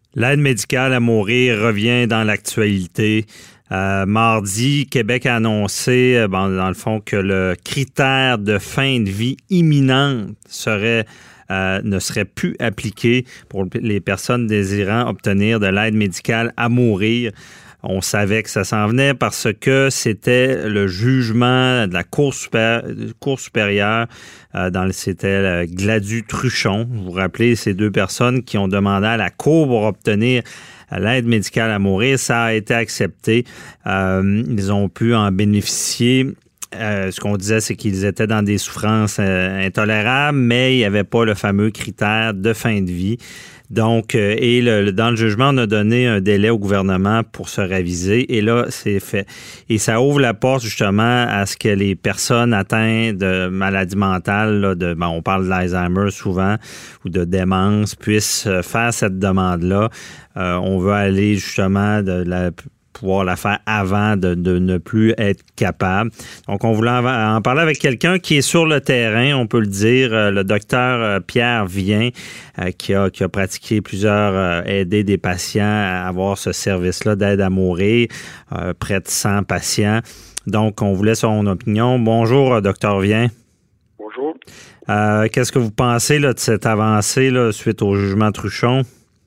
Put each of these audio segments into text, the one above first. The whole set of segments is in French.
L'aide médicale à mourir revient dans l'actualité. Mardi, Québec a annoncé, dans le fond, que le critère de fin de vie imminente ne serait plus appliqué pour les personnes désirant obtenir de l'aide médicale à mourir. On savait que ça s'en venait parce que c'était le jugement de la Cour supérieure. C'était Gladu-Truchon. Vous vous rappelez, ces deux personnes qui ont demandé à la Cour pour obtenir l'aide médicale à mourir. Ça a été accepté. Ils ont pu en bénéficier. Ce qu'on disait, c'est qu'ils étaient dans des souffrances intolérables, mais il n'y avait pas le fameux critère de fin de vie. Donc, dans le jugement, on a donné un délai au gouvernement pour se réviser. Et là, c'est fait. Et ça ouvre la porte, justement, à ce que les personnes atteintes de maladies mentales, on parle de l'Alzheimer souvent, ou de démence, puissent faire cette demande-là. On veut aller, justement, pouvoir la faire avant de ne plus être capable. Donc, on voulait en parler avec quelqu'un qui est sur le terrain, on peut le dire, le docteur Pierre Vien, qui a pratiqué aidé des patients à avoir ce service-là d'aide à mourir, près de 100 patients. Donc, on voulait son opinion. Bonjour, docteur Vien. Bonjour. Qu'est-ce que vous pensez de cette avancée suite au jugement Truchon?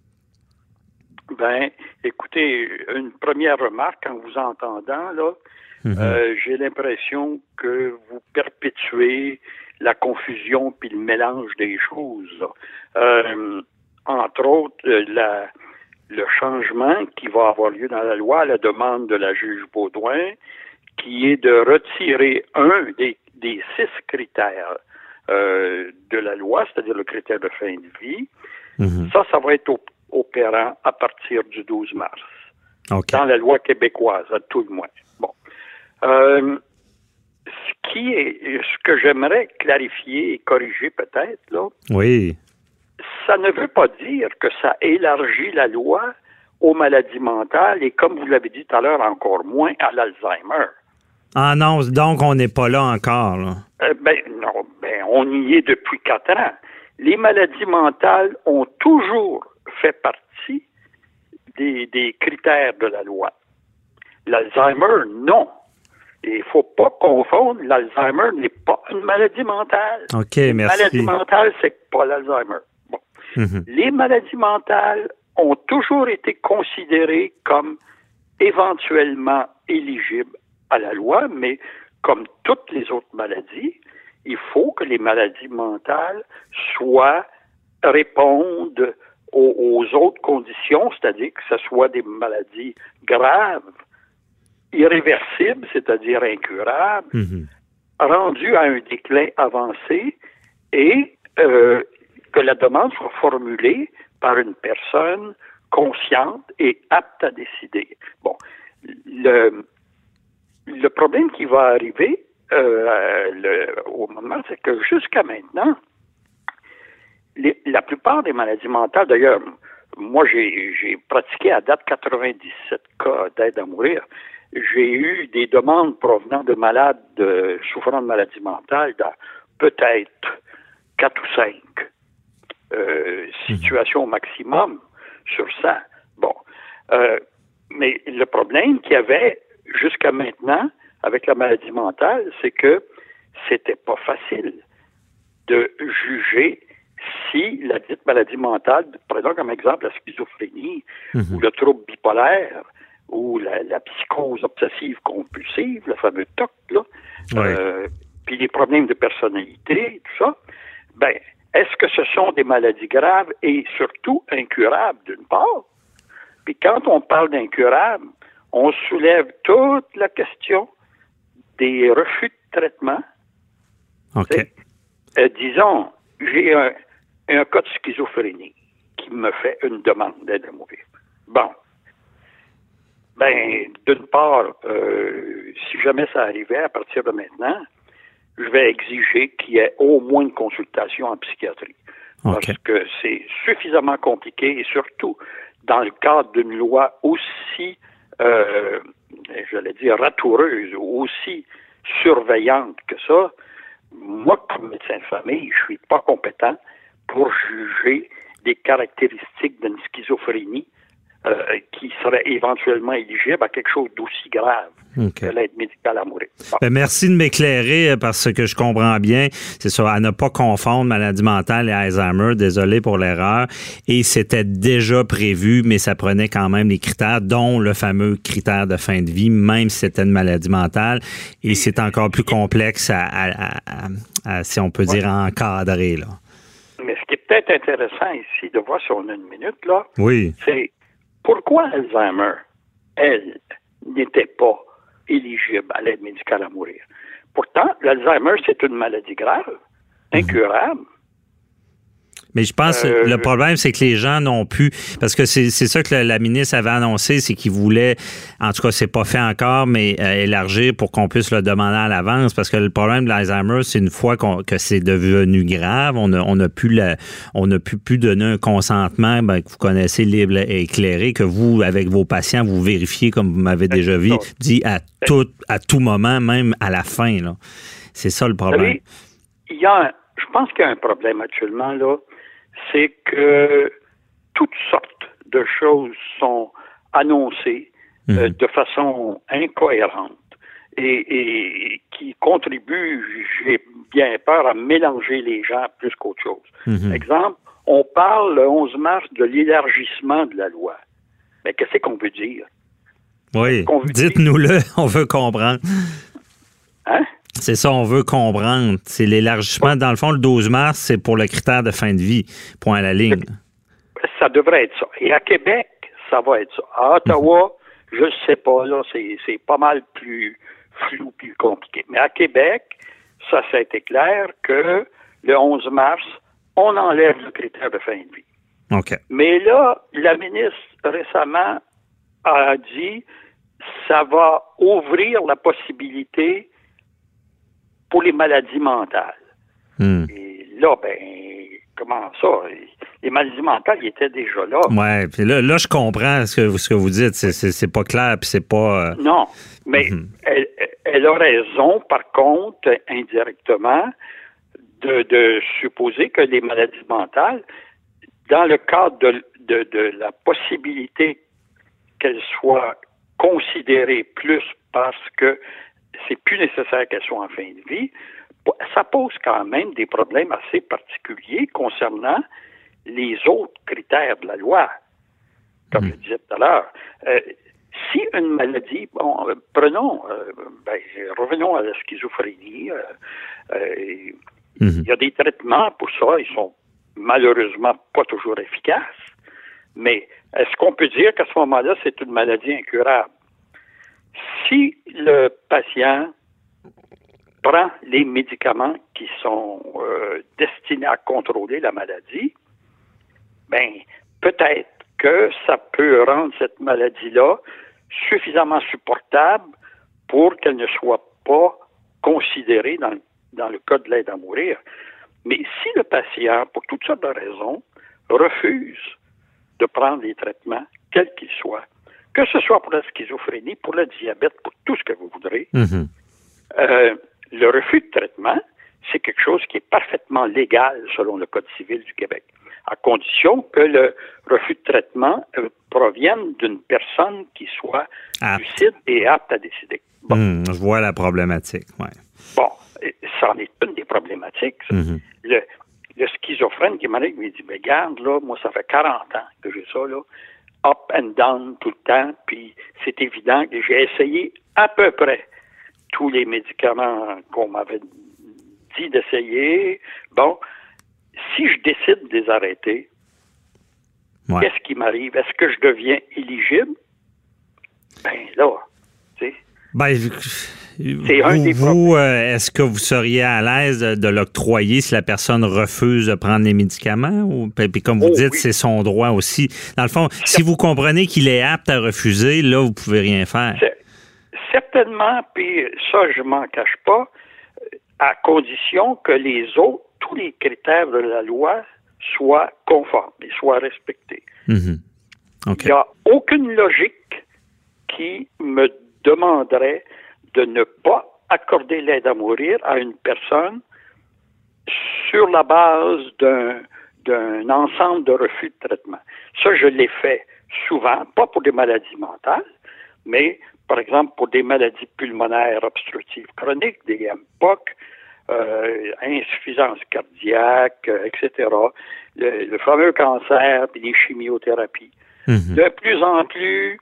Écoutez, une première remarque en vous entendant, j'ai l'impression que vous perpétuez la confusion puis le mélange des choses. Entre autres, le changement qui va avoir lieu dans la loi à la demande de la juge Baudouin, qui est de retirer un des 6 critères de la loi, c'est-à-dire le critère de fin de vie. Ça va être opérant à partir du 12 mars. Okay. Dans la loi québécoise, à tout le moins. Bon. Ce que j'aimerais clarifier et corriger peut-être, oui, ça ne veut pas dire que ça élargit la loi aux maladies mentales et, comme vous l'avez dit tout à l'heure, encore moins à l'Alzheimer. Ah non, donc on n'est pas là encore, là. On y est depuis 4 ans. Les maladies mentales ont toujours fait partie des critères de la loi. L'Alzheimer, non. Il ne faut pas confondre. L'Alzheimer n'est pas une maladie mentale. OK, merci. Une maladie mentale, c'est pas l'Alzheimer. Bon. Les maladies mentales ont toujours été considérées comme éventuellement éligibles à la loi, mais comme toutes les autres maladies, il faut que les maladies mentales répondent aux autres conditions, c'est-à-dire que ce soit des maladies graves, irréversibles, c'est-à-dire incurables, rendues à un déclin avancé et que la demande soit formulée par une personne consciente et apte à décider. Bon, le problème qui va arriver au moment, c'est que jusqu'à maintenant, la plupart des maladies mentales, d'ailleurs, moi j'ai pratiqué à date 97 cas d'aide à mourir. J'ai eu des demandes provenant de malades souffrant de maladies mentales dans peut-être 4 ou 5 situations au maximum sur 100. Bon. Mais le problème qu'il y avait jusqu'à maintenant avec la maladie mentale, c'est que c'était pas facile de juger si la dite maladie mentale, prenons comme exemple la schizophrénie ou le trouble bipolaire ou la psychose obsessive compulsive, le fameux TOC, puis les problèmes de personnalité, tout ça, est-ce que ce sont des maladies graves et surtout incurables d'une part? Puis quand on parle d'incurables, on soulève toute la question des refus de traitement. OK. Disons, j'ai un cas de schizophrénie qui me fait une demande d'aide à mourir. Bon. D'une part, si jamais ça arrivait à partir de maintenant, je vais exiger qu'il y ait au moins une consultation en psychiatrie. Okay. Parce que c'est suffisamment compliqué et surtout dans le cadre d'une loi aussi, ratoureuse, aussi surveillante que ça, moi, comme médecin de famille, je suis pas compétent pour juger des caractéristiques d'une schizophrénie qui serait éventuellement éligible à quelque chose d'aussi grave que l'aide médicale à mourir. Bon. Ben, merci de m'éclairer parce que je comprends bien. C'est ça, à ne pas confondre maladie mentale et Alzheimer. Désolé pour l'erreur. Et c'était déjà prévu, mais ça prenait quand même les critères, dont le fameux critère de fin de vie, même si c'était une maladie mentale. Et c'est encore plus complexe à si on peut dire, à encadrer, là. Mais ce qui est peut-être intéressant ici, de voir si on a une minute, là, oui. C'est pourquoi Alzheimer, elle, n'était pas éligible à l'aide médicale à mourir. Pourtant, l'Alzheimer, c'est une maladie grave, incurable. Mais je pense que le problème, c'est que les gens n'ont pu, parce que c'est ça que la ministre avait annoncé, c'est qu'ils voulaient, en tout cas, c'est pas fait encore, mais élargir pour qu'on puisse le demander à l'avance, parce que le problème de l'Alzheimer, c'est une fois que c'est devenu grave, on n'a plus donner un consentement que vous connaissez libre et éclairé, que vous, avec vos patients, vous vérifiez, comme vous m'avez déjà dit à tout moment, même à la fin, là. C'est ça le problème. Je pense qu'il y a un problème actuellement, là. C'est que toutes sortes de choses sont annoncées de façon incohérente et qui contribuent, j'ai bien peur, à mélanger les gens plus qu'autre chose. Exemple, on parle le 11 mars de l'élargissement de la loi. Mais qu'est-ce qu'on veut dire? Oui, dites-nous-le, on veut comprendre. Hein? C'est ça, on veut comprendre. C'est l'élargissement. Dans le fond, le 12 mars, c'est pour le critère de fin de vie. Point à la ligne. Ça devrait être ça. Et à Québec, ça va être ça. À Ottawa, je ne sais pas, là, c'est pas mal plus flou, plus compliqué. Mais à Québec, ça a été clair que le 11 mars, on enlève le critère de fin de vie. OK. Mais là, la ministre, récemment, a dit ça va ouvrir la possibilité pour les maladies mentales. Et là, comment ça? Les maladies mentales, ils étaient déjà là. Oui, puis là, je comprends ce que vous dites. C'est pas clair, puis c'est pas... Non, mais elle a raison, par contre, indirectement, de supposer que les maladies mentales, dans le cadre de la possibilité qu'elles soient considérées plus parce que c'est plus nécessaire qu'elles soient en fin de vie, ça pose quand même des problèmes assez particuliers concernant les autres critères de la loi. Comme je disais tout à l'heure, si une maladie, revenons à la schizophrénie, il y a des traitements pour ça, ils sont malheureusement pas toujours efficaces, mais est-ce qu'on peut dire qu'à ce moment-là, c'est une maladie incurable? Si le patient prend les médicaments qui sont destinés à contrôler la maladie, peut-être que ça peut rendre cette maladie-là suffisamment supportable pour qu'elle ne soit pas considérée dans le cas de l'aide à mourir. Mais si le patient, pour toutes sortes de raisons, refuse de prendre les traitements, quels qu'ils soient, que ce soit pour la schizophrénie, pour le diabète, pour tout ce que vous voudrez, le refus de traitement, c'est quelque chose qui est parfaitement légal selon le Code civil du Québec, à condition que le refus de traitement provienne d'une personne qui soit lucide et apte à décider. Bon. Je vois la problématique, oui. Bon, ça en est une des problématiques. Le schizophrène qui m'arrive, il dit, regarde, là, moi, ça fait 40 ans que j'ai ça, là, up and down tout le temps, puis c'est évident que j'ai essayé à peu près tous les médicaments qu'on m'avait dit d'essayer. Bon, si je décide de les arrêter, qu'est-ce qui m'arrive? Est-ce que je deviens éligible? Là, tu sais. C'est un des problèmes. Est-ce que vous seriez à l'aise de l'octroyer si la personne refuse de prendre les médicaments? Puis comme vous dites, c'est son droit aussi. Dans le fond, si vous comprenez qu'il est apte à refuser, là, vous pouvez rien faire. Certainement, puis ça, je m'en cache pas, à condition que tous les critères de la loi soient conformes et soient respectés. Okay. Il n'y a aucune logique qui me demanderait de ne pas accorder l'aide à mourir à une personne sur la base d'un ensemble de refus de traitement. Ça, je l'ai fait souvent, pas pour des maladies mentales, mais par exemple pour des maladies pulmonaires obstructives chroniques, des MPOC, insuffisance cardiaque, etc., le fameux cancer, puis les chimiothérapies. Mm-hmm. De plus en plus,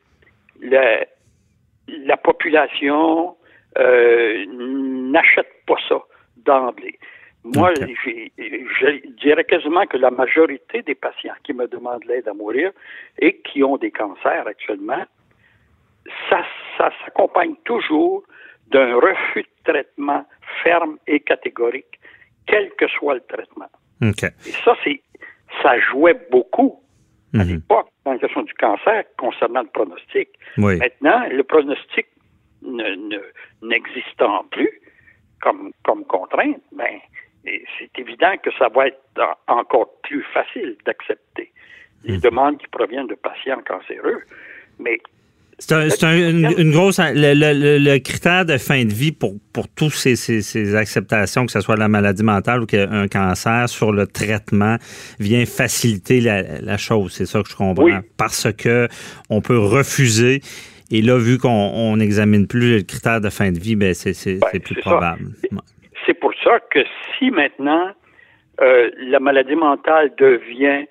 la population n'achète pas ça d'emblée. Moi, je dirais quasiment que la majorité des patients qui me demandent l'aide à mourir et qui ont des cancers actuellement, ça s'accompagne toujours d'un refus de traitement ferme et catégorique, quel que soit le traitement. Okay. Et ça jouait beaucoup à l'époque dans la question du cancer concernant le pronostic. Oui. Maintenant, le pronostic n'existant plus comme contrainte, c'est évident que ça va être encore plus facile d'accepter les demandes qui proviennent de patients cancéreux. Mais c'est une grosse... Le critère de fin de vie pour tous ces acceptations, que ce soit la maladie mentale ou un cancer, sur le traitement, vient faciliter la chose. C'est ça que je comprends. Oui. Parce que on peut refuser. Et là, vu qu'on n'examine plus le critère de fin de vie, c'est plus probable. C'est pour ça que si maintenant la maladie mentale devient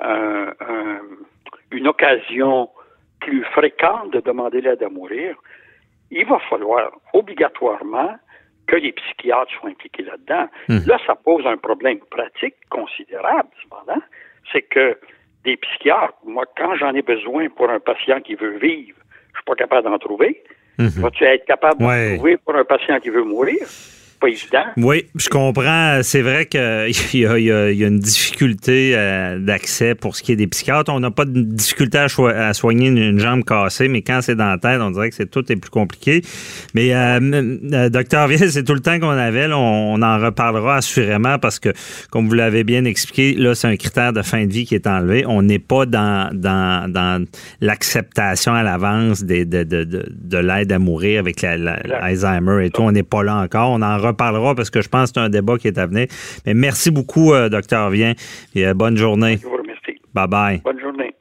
une occasion plus fréquente de demander l'aide à mourir, il va falloir obligatoirement que les psychiatres soient impliqués là-dedans. Là, ça pose un problème pratique considérable, cependant. C'est que des psychiatres, moi, quand j'en ai besoin pour un patient qui veut vivre, je suis pas capable d'en trouver. Vas-tu être capable d'en trouver pour un patient qui veut mourir? Pas évident. Oui, je comprends. C'est vrai qu'il y a une difficulté d'accès pour ce qui est des psychiatres. On n'a pas de difficulté à soigner une jambe cassée, mais quand c'est dans la tête, on dirait que tout est plus compliqué. Mais Dr. Vielle, c'est tout le temps qu'on avait. Là, on en reparlera assurément parce que, comme vous l'avez bien expliqué, là, c'est un critère de fin de vie qui est enlevé. On n'est pas dans l'acceptation à l'avance de l'aide à mourir avec l'Alzheimer et tout. On n'est pas là encore. On en reparlera parce que je pense que c'est un débat qui est à venir. Mais merci beaucoup, Dr. Vielle. Et bonne journée. Je vous remercie. Bye-bye. Bonne journée.